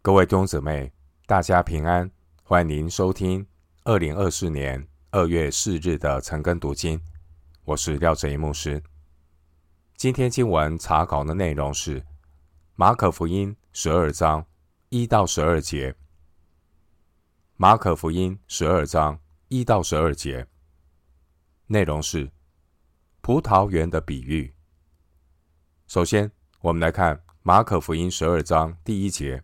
各位弟兄姊妹，大家平安，欢迎您收听2024年2月4日的晨更读经。我是廖哲一牧师。今天经文查考的内容是马可福音12章1到12节。马可福音12章1到12节，内容是葡萄园的比喻。首先，我们来看马可福音12章第1节。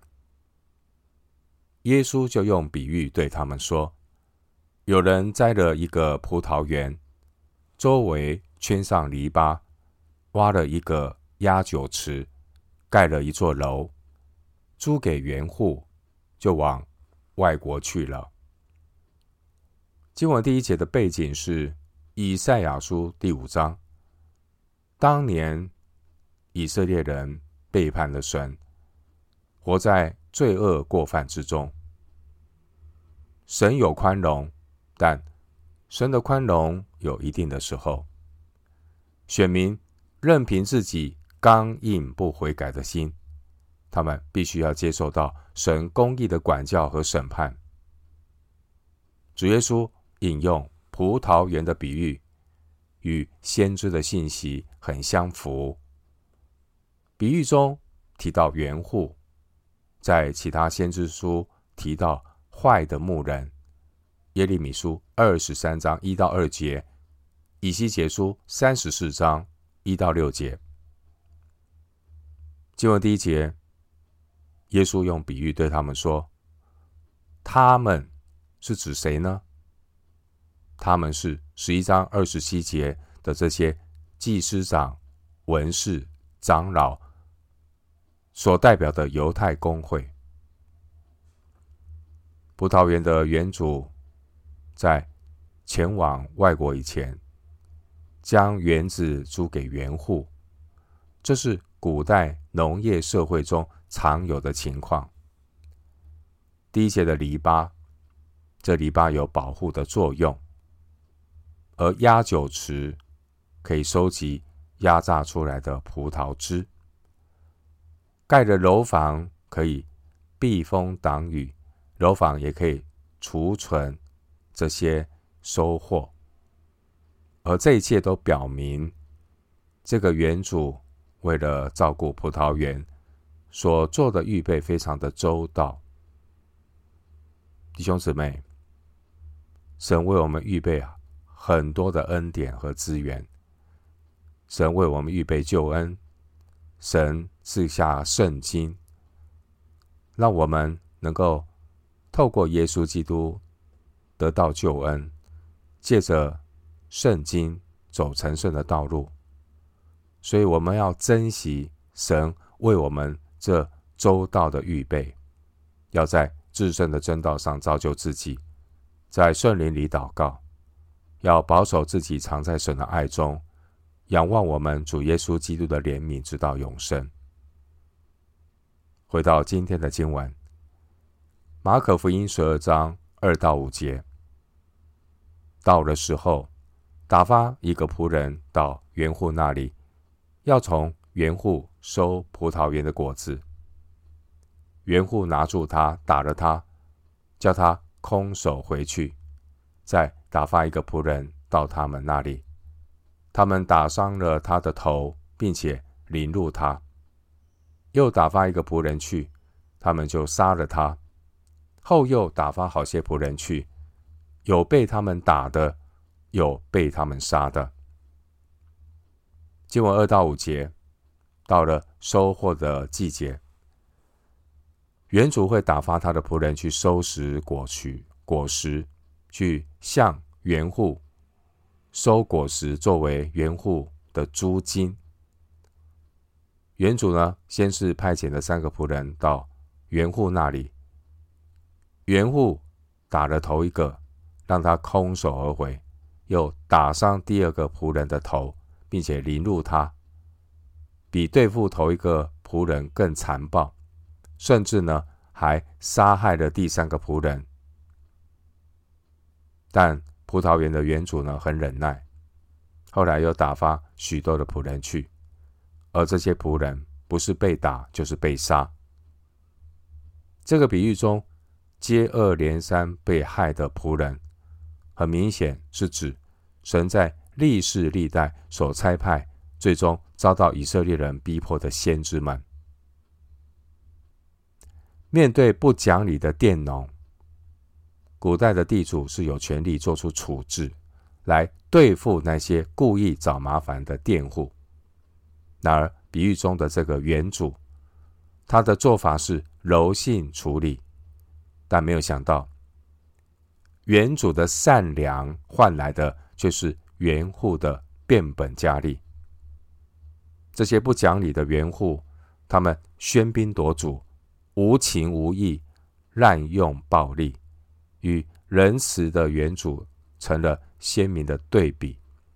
耶稣就用比喻对他们说，有人栽了一个葡萄园，周围圈上篱笆，挖了一个压酒池，盖了一座楼，租给园户，就往外国去了。经文第1节的背景是以赛亚书第5章。当年以色列人背叛了神，活在罪恶过犯之中。神有宽容，但神的宽容有一定的时候。选民任凭自己刚硬不悔改的心，他们必须要接受到神公义的管教和审判。主耶稣引用葡萄园的比喻，与先知的信息很相符。比喻中提到园户，在其他先知书提到坏的牧人，耶利米书23章1到2节，以西结书34章1到6节。经文第1节，耶稣用比喻对他们说，他们是指谁呢？他们是11章27节的这些祭司长、文士、长老所代表的犹太公会。葡萄园的园主在前往外国以前，将园子租给园户，这是古代农业社会中常有的情况。第1节的篱笆，这篱笆有保护的作用，而压酒池可以收集压榨出来的葡萄汁。盖的楼房可以避风挡雨，楼房也可以储存这些收获，而这一切都表明，这个园主为了照顾葡萄园所做的预备非常的周到。弟兄姊妹，神为我们预备很多的恩典和资源，神为我们预备救恩，神赐下圣经，让我们能够透过耶稣基督得到救恩，借着圣经走成圣的道路。所以我们要珍惜神为我们这周到的预备，要在至圣的真道上造就自己，在圣灵里祷告，要保守自己藏在神的爱中，仰望我们主耶稣基督的怜悯直到永生。回到今天的经文，马可福音12章2到5节。到了时候，打发一个仆人到园户那里，要从园户收葡萄园的果子。园户拿住他，打了他，叫他空手回去，再打发一个仆人到他们那里。他们打伤了他的头，并且凌辱他。又打发一个仆人去，他们就杀了他。后又打发好些仆人去，有被他们打的，有被他们杀的。经文2到5节，到了收获的季节，园主会打发他的仆人去收拾果实，去向园户收果实，作为园户的租金。园主呢，先是派遣了3个仆人到园户那里，园户打了头一个，让他空手而回，又打伤第2个仆人的头，并且凌辱他，比对付头一个仆人更残暴，甚至呢还杀害了第3个仆人。但葡萄园的园主呢很忍耐，后来又打发许多的仆人去，而这些仆人不是被打就是被杀。 这个比喻中接二连三被害的仆人，很明显是指神在历世历代所差派，最终遭到以色列人逼迫的先知们。面对不讲理的佃农，古代的地主是有权利做出处置，来对付那些故意找麻烦的佃户。然而，比喻中的这个园主，他的做法是柔性处理，但没有想到，园主的善良换来的却是园户的变本加厉。这些不讲理的园户，他们喧宾夺主，无情无义，滥用暴力，与仁慈的园主成了鲜明的对比。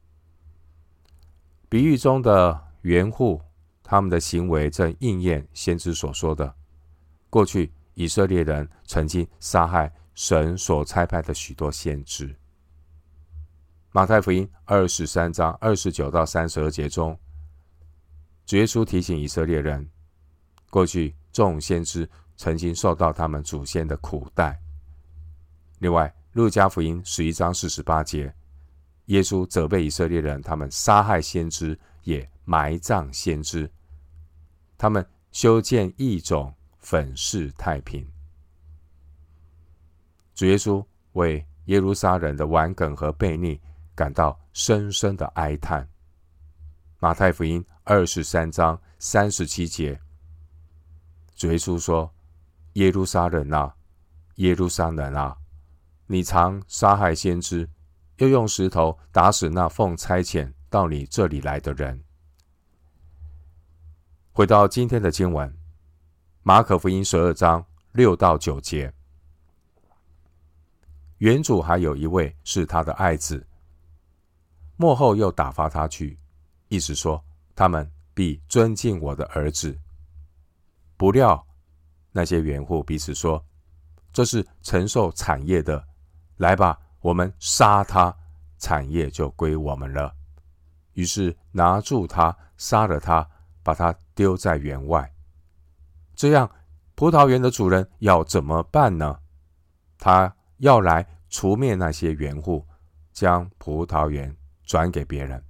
比喻中的园户，他们的行为正应验先知所说的，过去以色列人曾经杀害神所差派的许多先知。马太福音23章29到32节中，主耶稣提醒以色列人，过去众先知曾经受到他们祖先的苦待。另外，路加福音11章48节，耶稣责备以色列人，他们杀害先知，也埋葬先知，他们修建异种，粉饰太平。主耶稣为耶路撒冷的顽梗和悖逆感到深深的哀叹。马太福音23章37节，主耶稣说：耶路撒冷啊，耶路撒冷啊，你常杀害先知，又用石头打死那奉差遣到你这里来的人。回到今天的经文，马可福音12章6到9节，园主还有一位是他的爱子，末后又打发他去，意思说他们必尊敬我的儿子。不料那些园户彼此说，这是承受产业的，来吧，我们杀他，产业就归我们了。于是拿住他，杀了他，把他丢在园外。这样葡萄园的主人要怎么办呢？他要来除灭那些园户，将葡萄园转给别人。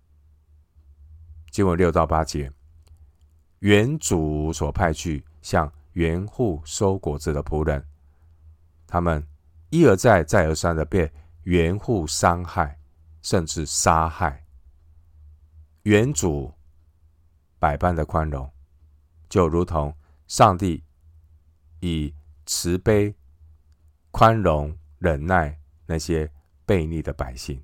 经文6到8节，园主所派去向园户收果子的仆人，他们一而再再而三的被园户伤害，甚至杀害。园主百般的宽容，就如同上帝以慈悲宽容忍耐那些悖逆的百姓。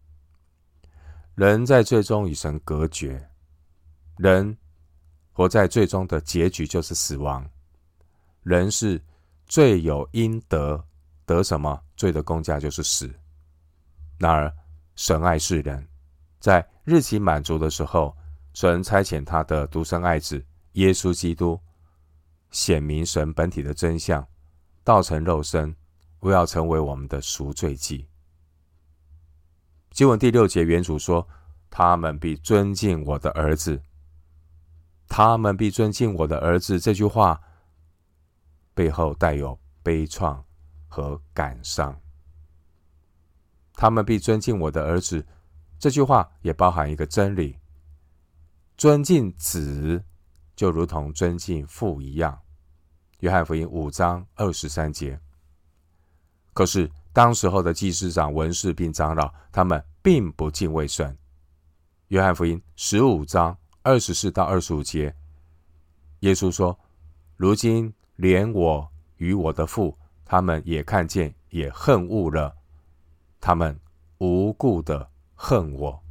人在最终与神隔绝，人活在最终的结局就是死亡。人是罪有应得，得什么？罪的工价就是死。然而神爱世人，在日期满足的时候，神差遣他的独生爱子耶稣基督，显明神本体的真相，道成肉身，为要成为我们的赎罪祭。经文第6节，园主说，他们必尊敬我的儿子。他们必尊敬我的儿子，这句话背后带有悲怆和感伤。他们必尊敬我的儿子，这句话也包含一个真理，尊敬子就如同尊敬父一样。约翰福音5章23节。可是当时候的祭司长、文士并长老，他们并不敬畏神。约翰福音15章24到25节，耶稣说，如今连我与我的父，他们也看见，也恨恶了，他们无故的恨我。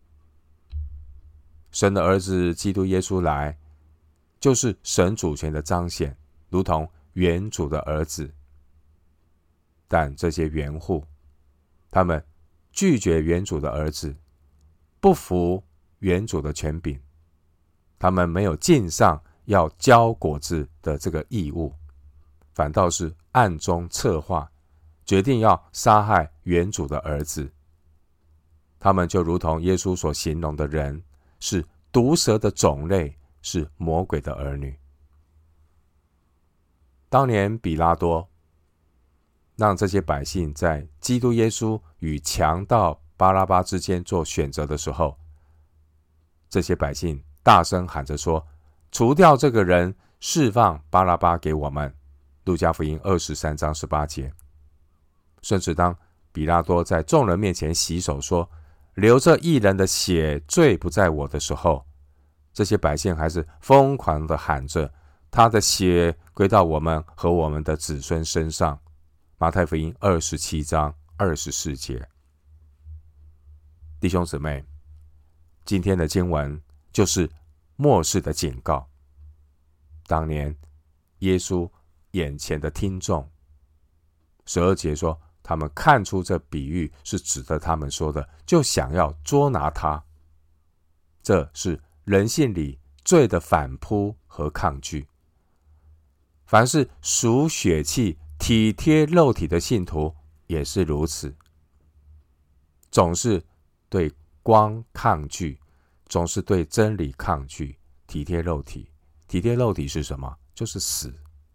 神的儿子基督耶稣来，就是神主权的彰显，如同园主的儿子。但这些园户，他们拒绝园主的儿子，不服园主的权柄，他们没有尽上要交果子的这个义务，反倒是暗中策划，决定要杀害园主的儿子。他们就如同耶稣所形容的人，是毒蛇的种类，是魔鬼的儿女。 当年比拉多让这些百姓在基督耶稣与强盗巴拉巴之间做选择的时候，这些百姓大声喊着说：除掉这个人，释放巴拉巴给我们。路加福音23章18节。甚至当比拉多在众人面前洗手说：流这义人的血，罪不在我的时候，这些百姓还是疯狂地喊着：他的血归到我们和我们的子孙身上。马太福音27章24节。弟兄姊妹，今天的经文就是末世的警告。当年耶稣眼前的听众，12节说，他们看出这比喻是指着他们说的，就想要捉拿他。这是人性里罪的反扑和抗拒。凡是属血气、体贴肉体的信徒也是如此，总是对光抗拒，总是对真理抗拒，体贴肉体。体贴肉体是什么？就是死。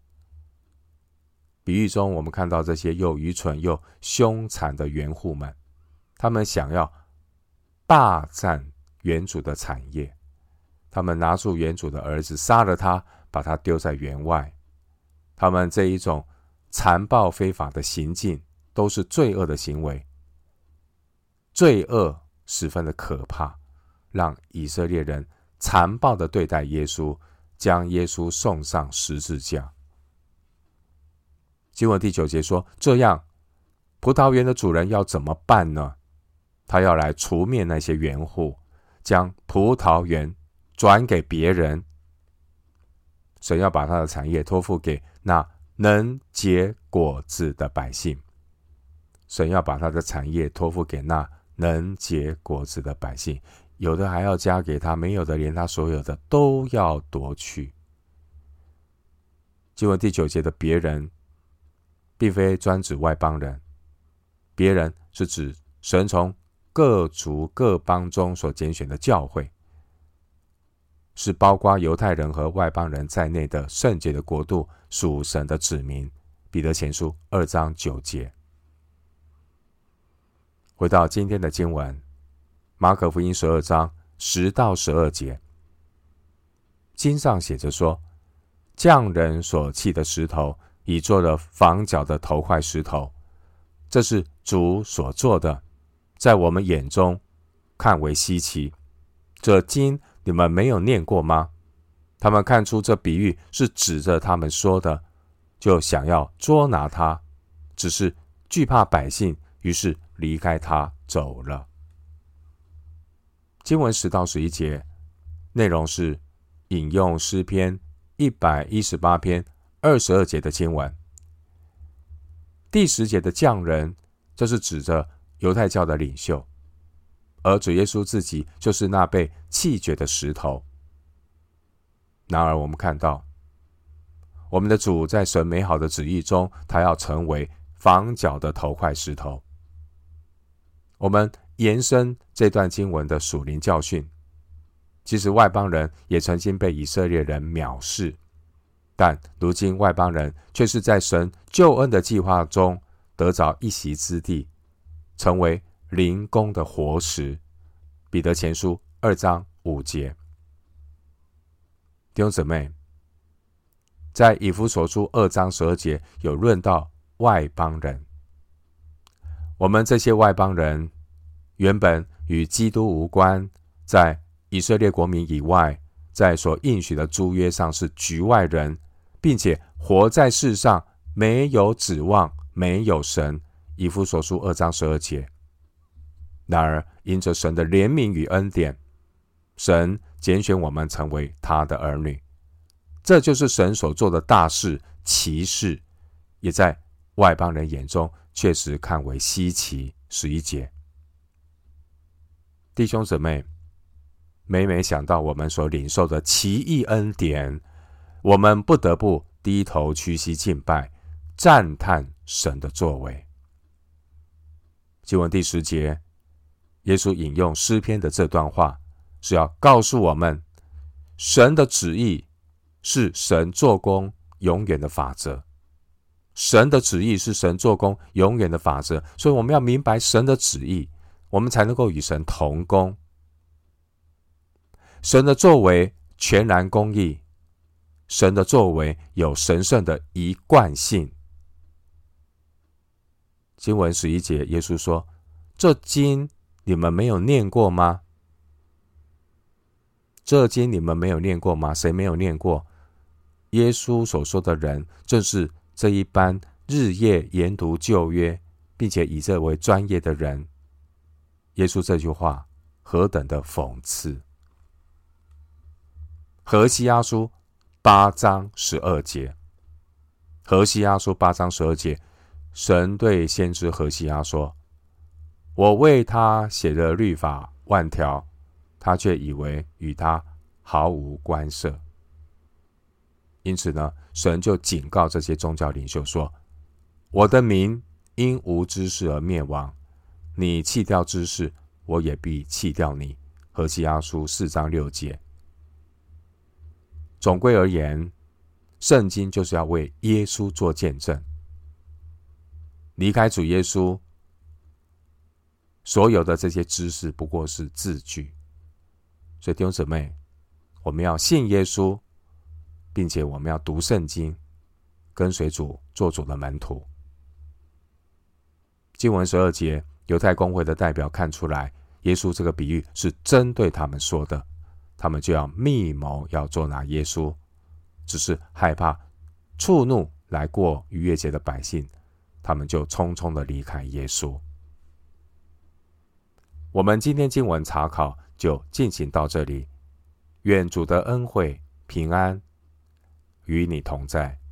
比喻中我们看到这些又愚蠢又凶残的园户们，他们想要霸占园主的产业，他们拿住园主的儿子，杀了他，把他丢在园外。他们这一种残暴非法的行径都是罪恶的行为，罪恶十分的可怕，让以色列人残暴地对待耶稣，将耶稣送上十字架。经文第9节说，这样葡萄园的主人要怎么办呢？他要来除灭那些园户，将葡萄园转给别人。神要把他的产业托付给那能结果子的百姓。神要把他的产业托付给那能结果子的百姓，有的还要加给他，没有的连他所有的都要夺去。经文第9节的别人并非专指外邦人，别人是指神从各族各邦中所拣选的教会，是包括犹太人和外邦人在内的圣洁的国度，属神的子民。彼得前书2章9节。回到今天的经文，马可福音12章10到12节，经上写着说，匠人所弃的石头，已做了房角的头块石头，这是主所做的，在我们眼中看为稀奇。这经你们没有念过吗？他们看出这比喻是指着他们说的，就想要捉拿他，只是惧怕百姓，于是离开他走了。经文10到11节内容是引用诗篇118篇22节的经文。第10节的匠人，这是指着犹太教的领袖，而主耶稣自己就是那被弃绝的石头。然而我们看到，我们的主在神美好的旨意中，他要成为房角的头块石头。我们延伸这段经文的属灵教训，其实外邦人也曾经被以色列人藐视，但如今外邦人却是在神救恩的计划中得着一席之地，成为灵宫的活石。彼得前书2章5节。弟兄姊妹，在以弗所书2章12节有论到外邦人。我们这些外邦人原本与基督无关，在以色列国民以外，在所应许的诸约上是局外人，并且活在世上没有指望，没有神。以弗所书2章12节。然而因着神的怜悯与恩典，神拣选我们成为他的儿女，这就是神所做的大事奇事，也在外邦人眼中确实看为稀奇。11节。弟兄姊妹，每每想到我们所领受的奇异恩典，我们不得不低头屈膝敬拜，赞叹神的作为。经文第10节，耶稣引用诗篇的这段话，是要告诉我们，神的旨意是神做工永远的法则。神的旨意是神做工永远的法则，所以我们要明白神的旨意，我们才能够与神同工。神的作为全然公义，神的作为有神圣的一贯性。经文11节，耶稣说：这经你们没有念过吗？这经你们没有念过吗？谁没有念过？耶稣所说的人，正是这一班日夜研读旧约，并且以这为专业的人。耶稣这句话何等的讽刺！何西阿书8章12节，何西阿书8章12节，神对先知何西阿说：我为他写了律法万条，他却以为与他毫无关涉。因此呢，神就警告这些宗教领袖说：我的民因无知识而灭亡，你弃掉知识，我也必弃掉你。何西阿书4章6节。总归而言，圣经就是要为耶稣做见证。离开主耶稣，所有的这些知识不过是字句。所以弟兄姊妹，我们要信耶稣，并且我们要读圣经，跟随主，做主的门徒。经文12节，犹太公会的代表看出来，耶稣这个比喻是针对他们说的，他们就要密谋要捉拿耶稣，只是害怕触怒来过逾越节的百姓，他们就匆匆的离开耶稣。我们今天经文查考就进行到这里，愿主的恩惠平安与你同在。